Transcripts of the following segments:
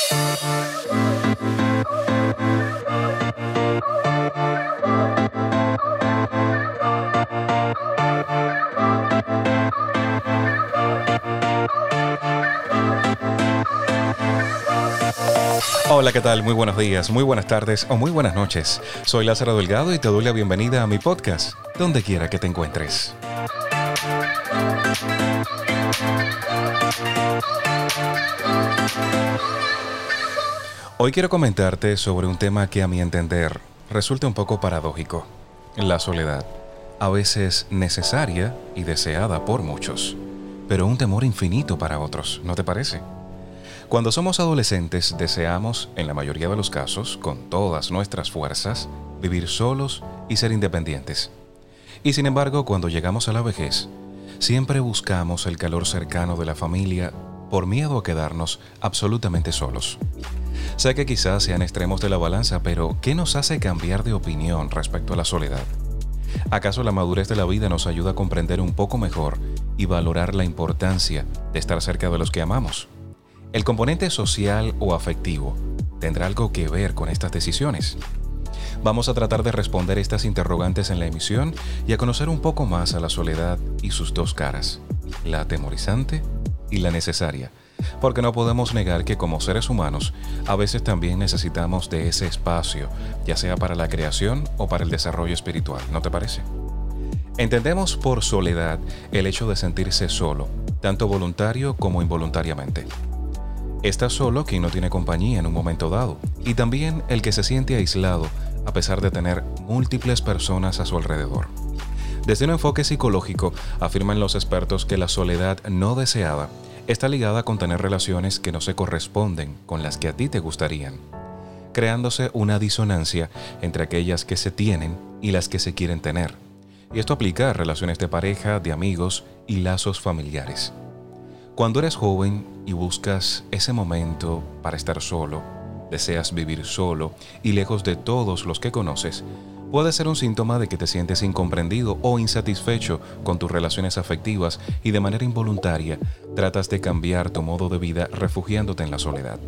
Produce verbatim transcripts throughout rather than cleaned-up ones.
Hola, ¿qué tal? Muy buenos días, muy buenas tardes o muy buenas noches. Soy Lázaro Delgado y te doy la bienvenida a mi podcast, donde quiera que te encuentres. Hoy quiero comentarte sobre un tema que a mi entender resulta un poco paradójico: la soledad, a veces necesaria y deseada por muchos, pero un temor infinito para otros, ¿no te parece? Cuando somos adolescentes deseamos, en la mayoría de los casos, con todas nuestras fuerzas, vivir solos y ser independientes. Y sin embargo, cuando llegamos a la vejez, siempre buscamos el calor cercano de la familia por miedo a quedarnos absolutamente solos. Sé que quizás sean extremos de la balanza, pero ¿qué nos hace cambiar de opinión respecto a la soledad? ¿Acaso la madurez de la vida nos ayuda a comprender un poco mejor y valorar la importancia de estar cerca de los que amamos? ¿El componente social o afectivo tendrá algo que ver con estas decisiones? Vamos a tratar de responder estas interrogantes en la emisión y a conocer un poco más a la soledad y sus dos caras, la atemorizante y la necesaria, porque no podemos negar que como seres humanos a veces también necesitamos de ese espacio, ya sea para la creación o para el desarrollo espiritual, ¿no te parece? Entendemos por soledad el hecho de sentirse solo, tanto voluntario como involuntariamente. Está solo quien no tiene compañía en un momento dado, y también el que se siente aislado a pesar de tener múltiples personas a su alrededor. Desde un enfoque psicológico, afirman los expertos que la soledad no deseada está ligada con tener relaciones que no se corresponden con las que a ti te gustarían, creándose una disonancia entre aquellas que se tienen y las que se quieren tener. Y esto aplica a relaciones de pareja, de amigos y lazos familiares. Cuando eres joven y buscas ese momento para estar solo, deseas vivir solo y lejos de todos los que conoces, puede ser un síntoma de que te sientes incomprendido o insatisfecho con tus relaciones afectivas y de manera involuntaria tratas de cambiar tu modo de vida refugiándote en la soledad.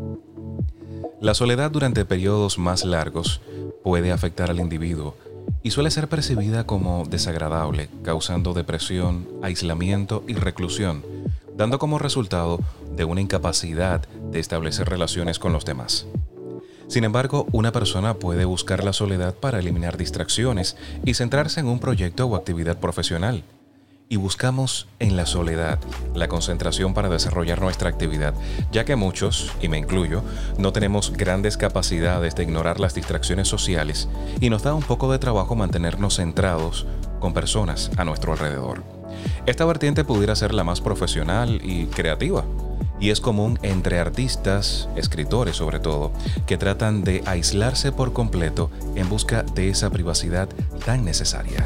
La soledad durante periodos más largos puede afectar al individuo y suele ser percibida como desagradable, causando depresión, aislamiento y reclusión, dando como resultado de una incapacidad de establecer relaciones con los demás. Sin embargo, una persona puede buscar la soledad para eliminar distracciones y centrarse en un proyecto o actividad profesional. Y buscamos en la soledad la concentración para desarrollar nuestra actividad, ya que muchos, y me incluyo, no tenemos grandes capacidades de ignorar las distracciones sociales y nos da un poco de trabajo mantenernos centrados con personas a nuestro alrededor. Esta vertiente pudiera ser la más profesional y creativa, y es común entre artistas, escritores sobre todo, que tratan de aislarse por completo en busca de esa privacidad tan necesaria.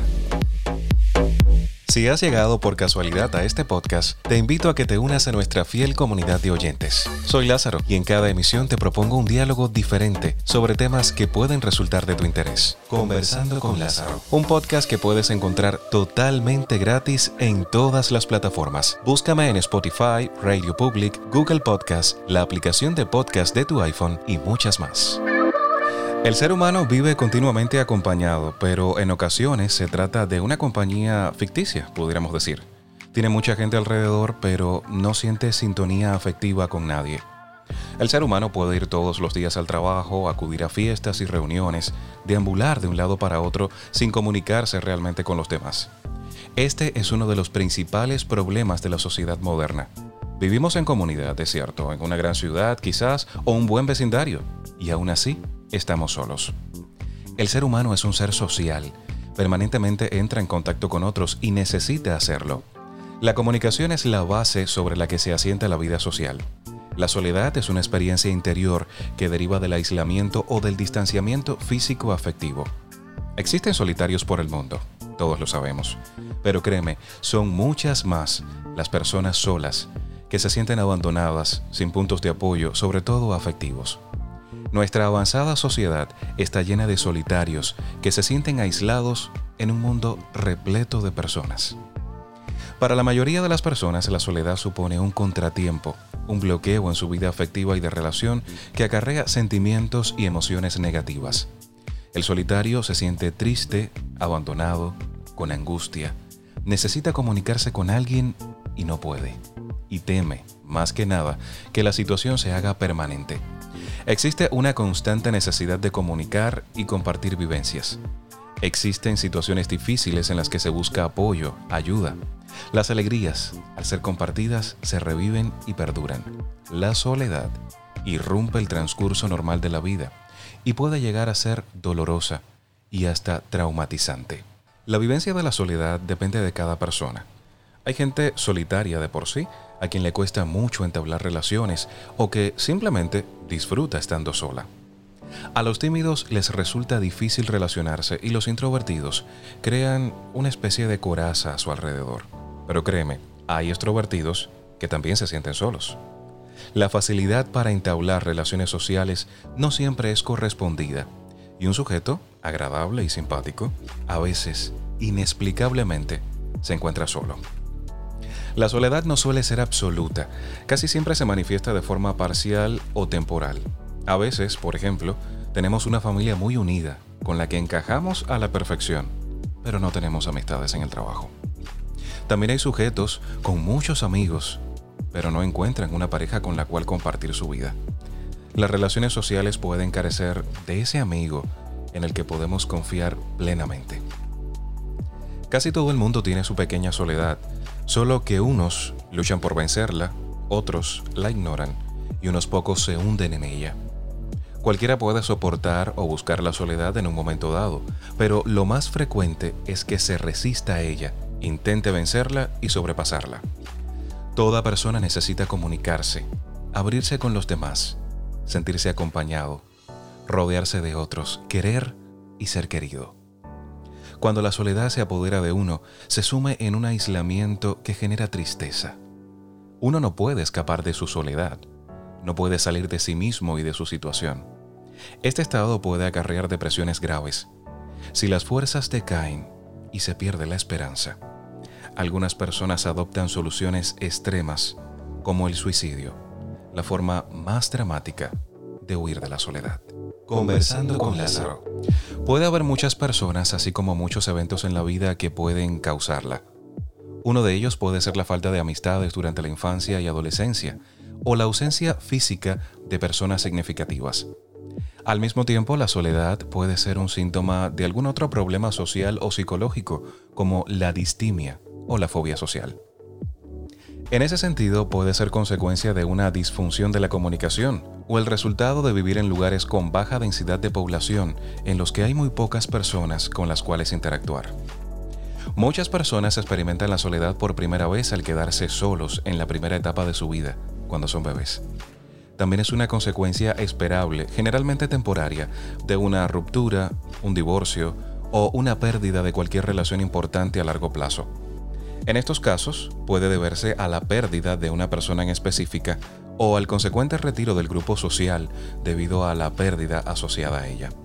Si has llegado por casualidad a este podcast, te invito a que te unas a nuestra fiel comunidad de oyentes. Soy Lázaro y en cada emisión te propongo un diálogo diferente sobre temas que pueden resultar de tu interés. Conversando con Lázaro, un podcast que puedes encontrar totalmente gratis en todas las plataformas. Búscame en Spotify, Radio Public, Google Podcast, la aplicación de podcast de tu iPhone y muchas más. El ser humano vive continuamente acompañado, pero en ocasiones se trata de una compañía ficticia, pudiéramos decir. Tiene mucha gente alrededor, pero no siente sintonía afectiva con nadie. El ser humano puede ir todos los días al trabajo, acudir a fiestas y reuniones, deambular de un lado para otro sin comunicarse realmente con los demás. Este es uno de los principales problemas de la sociedad moderna. Vivimos en comunidad, es cierto, en una gran ciudad quizás, o un buen vecindario, y aún así estamos solos. El ser humano es un ser social, permanentemente entra en contacto con otros y necesita hacerlo. La comunicación es la base sobre la que se asienta la vida social. La soledad es una experiencia interior que deriva del aislamiento o del distanciamiento físico-afectivo. Existen solitarios por el mundo, todos lo sabemos, pero créeme, son muchas más las personas solas que se sienten abandonadas, sin puntos de apoyo, sobre todo afectivos. Nuestra avanzada sociedad está llena de solitarios que se sienten aislados en un mundo repleto de personas. Para la mayoría de las personas, la soledad supone un contratiempo, un bloqueo en su vida afectiva y de relación que acarrea sentimientos y emociones negativas. El solitario se siente triste, abandonado, con angustia, necesita comunicarse con alguien y no puede, y teme, más que nada, que la situación se haga permanente. Existe una constante necesidad de comunicar y compartir vivencias. Existen situaciones difíciles en las que se busca apoyo, ayuda. Las alegrías, al ser compartidas, se reviven y perduran. La soledad irrumpe el transcurso normal de la vida y puede llegar a ser dolorosa y hasta traumatizante. La vivencia de la soledad depende de cada persona. Hay gente solitaria de por sí, a quien le cuesta mucho entablar relaciones o que simplemente disfruta estando sola. A los tímidos les resulta difícil relacionarse y los introvertidos crean una especie de coraza a su alrededor. Pero créeme, hay extrovertidos que también se sienten solos. La facilidad para entablar relaciones sociales no siempre es correspondida y un sujeto agradable y simpático, a veces, inexplicablemente, se encuentra solo. La soledad no suele ser absoluta, casi siempre se manifiesta de forma parcial o temporal. A veces, por ejemplo, tenemos una familia muy unida, con la que encajamos a la perfección, pero no tenemos amistades en el trabajo. También hay sujetos con muchos amigos, pero no encuentran una pareja con la cual compartir su vida. Las relaciones sociales pueden carecer de ese amigo en el que podemos confiar plenamente. Casi todo el mundo tiene su pequeña soledad, solo que unos luchan por vencerla, otros la ignoran y unos pocos se hunden en ella. Cualquiera puede soportar o buscar la soledad en un momento dado, pero lo más frecuente es que se resista a ella, intente vencerla y sobrepasarla. Toda persona necesita comunicarse, abrirse con los demás, sentirse acompañado, rodearse de otros, querer y ser querido. Cuando la soledad se apodera de uno, se sume en un aislamiento que genera tristeza. Uno no puede escapar de su soledad, no puede salir de sí mismo y de su situación. Este estado puede acarrear depresiones graves. Si las fuerzas decaen y se pierde la esperanza, algunas personas adoptan soluciones extremas, como el suicidio, la forma más dramática de huir de la soledad. Conversando con Lázaro. Puede haber muchas personas, así como muchos eventos en la vida que pueden causarla. Uno de ellos puede ser la falta de amistades durante la infancia y adolescencia, o la ausencia física de personas significativas. Al mismo tiempo, la soledad puede ser un síntoma de algún otro problema social o psicológico, como la distimia o la fobia social. En ese sentido, puede ser consecuencia de una disfunción de la comunicación o el resultado de vivir en lugares con baja densidad de población en los que hay muy pocas personas con las cuales interactuar. Muchas personas experimentan la soledad por primera vez al quedarse solos en la primera etapa de su vida, cuando son bebés. También es una consecuencia esperable, generalmente temporaria, de una ruptura, un divorcio o una pérdida de cualquier relación importante a largo plazo. En estos casos, puede deberse a la pérdida de una persona en específica o al consecuente retiro del grupo social debido a la pérdida asociada a ella.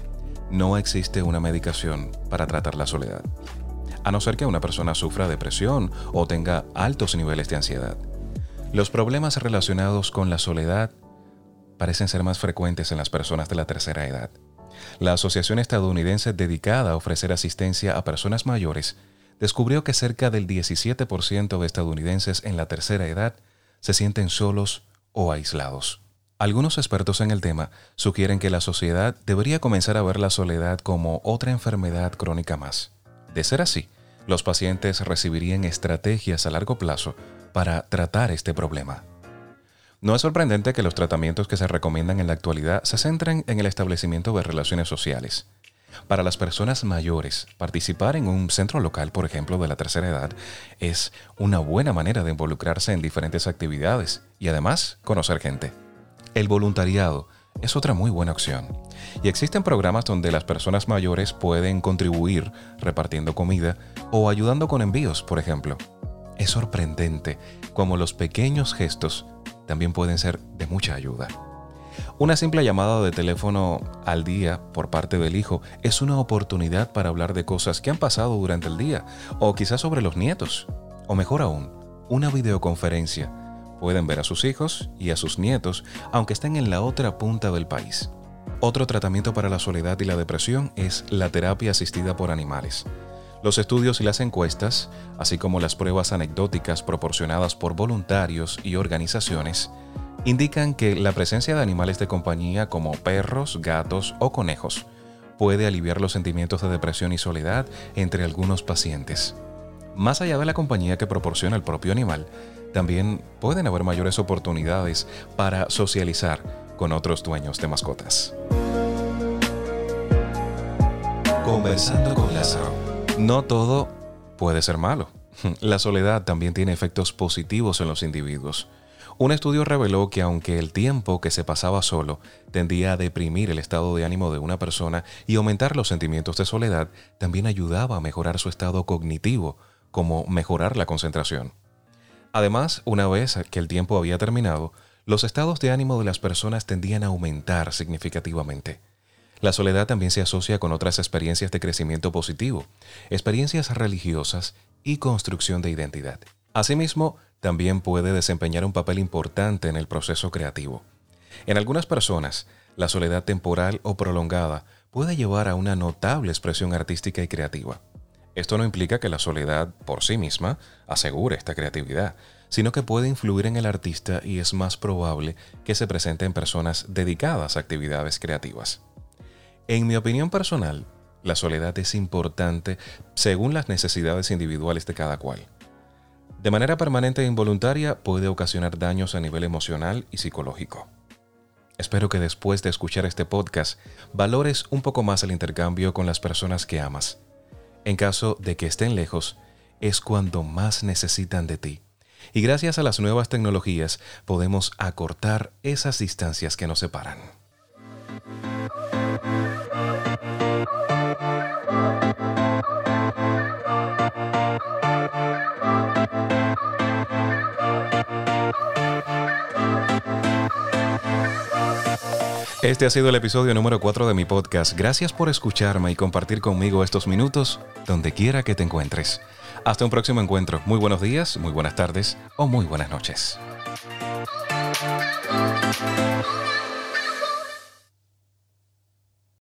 No existe una medicación para tratar la soledad, a no ser que una persona sufra depresión o tenga altos niveles de ansiedad. Los problemas relacionados con la soledad parecen ser más frecuentes en las personas de la tercera edad. La Asociación Estadounidense dedicada a ofrecer asistencia a personas mayores descubrió que cerca del diecisiete por ciento de estadounidenses en la tercera edad se sienten solos o aislados. Algunos expertos en el tema sugieren que la sociedad debería comenzar a ver la soledad como otra enfermedad crónica más. De ser así, los pacientes recibirían estrategias a largo plazo para tratar este problema. No es sorprendente que los tratamientos que se recomiendan en la actualidad se centren en el establecimiento de relaciones sociales. Para las personas mayores, participar en un centro local, por ejemplo, de la tercera edad, es una buena manera de involucrarse en diferentes actividades y además conocer gente. El voluntariado es otra muy buena opción. Y existen programas donde las personas mayores pueden contribuir repartiendo comida o ayudando con envíos, por ejemplo. Es sorprendente cómo los pequeños gestos también pueden ser de mucha ayuda. Una simple llamada de teléfono al día por parte del hijo es una oportunidad para hablar de cosas que han pasado durante el día o quizás sobre los nietos. O mejor aún, una videoconferencia Pueden ver a sus hijos y a sus nietos, aunque estén en la otra punta del país. Otro tratamiento para la soledad y la depresión es la terapia asistida por animales. Los estudios y las encuestas, así como las pruebas anecdóticas proporcionadas por voluntarios y organizaciones, indican que la presencia de animales de compañía como perros, gatos o conejos puede aliviar los sentimientos de depresión y soledad entre algunos pacientes. Más allá de la compañía que proporciona el propio animal, también pueden haber mayores oportunidades para socializar con otros dueños de mascotas. Conversando con Lázaro. No todo puede ser malo. La soledad también tiene efectos positivos en los individuos. Un estudio reveló que aunque el tiempo que se pasaba solo tendía a deprimir el estado de ánimo de una persona y aumentar los sentimientos de soledad, también ayudaba a mejorar su estado cognitivo, como mejorar la concentración. Además, una vez que el tiempo había terminado, los estados de ánimo de las personas tendían a aumentar significativamente. La soledad también se asocia con otras experiencias de crecimiento positivo, experiencias religiosas y construcción de identidad. Asimismo, también puede desempeñar un papel importante en el proceso creativo. En algunas personas, la soledad temporal o prolongada puede llevar a una notable expresión artística y creativa. Esto no implica que la soledad por sí misma asegure esta creatividad, sino que puede influir en el artista y es más probable que se presente en personas dedicadas a actividades creativas. En mi opinión personal, la soledad es importante según las necesidades individuales de cada cual. De manera permanente e involuntaria puede ocasionar daños a nivel emocional y psicológico. Espero que después de escuchar este podcast valores un poco más el intercambio con las personas que amas. En caso de que estén lejos, es cuando más necesitan de ti. Y gracias a las nuevas tecnologías podemos acortar esas distancias que nos separan. Este ha sido el episodio número cuatro de mi podcast. Gracias por escucharme y compartir conmigo estos minutos donde quiera que te encuentres. Hasta un próximo encuentro. Muy buenos días, muy buenas tardes o muy buenas noches.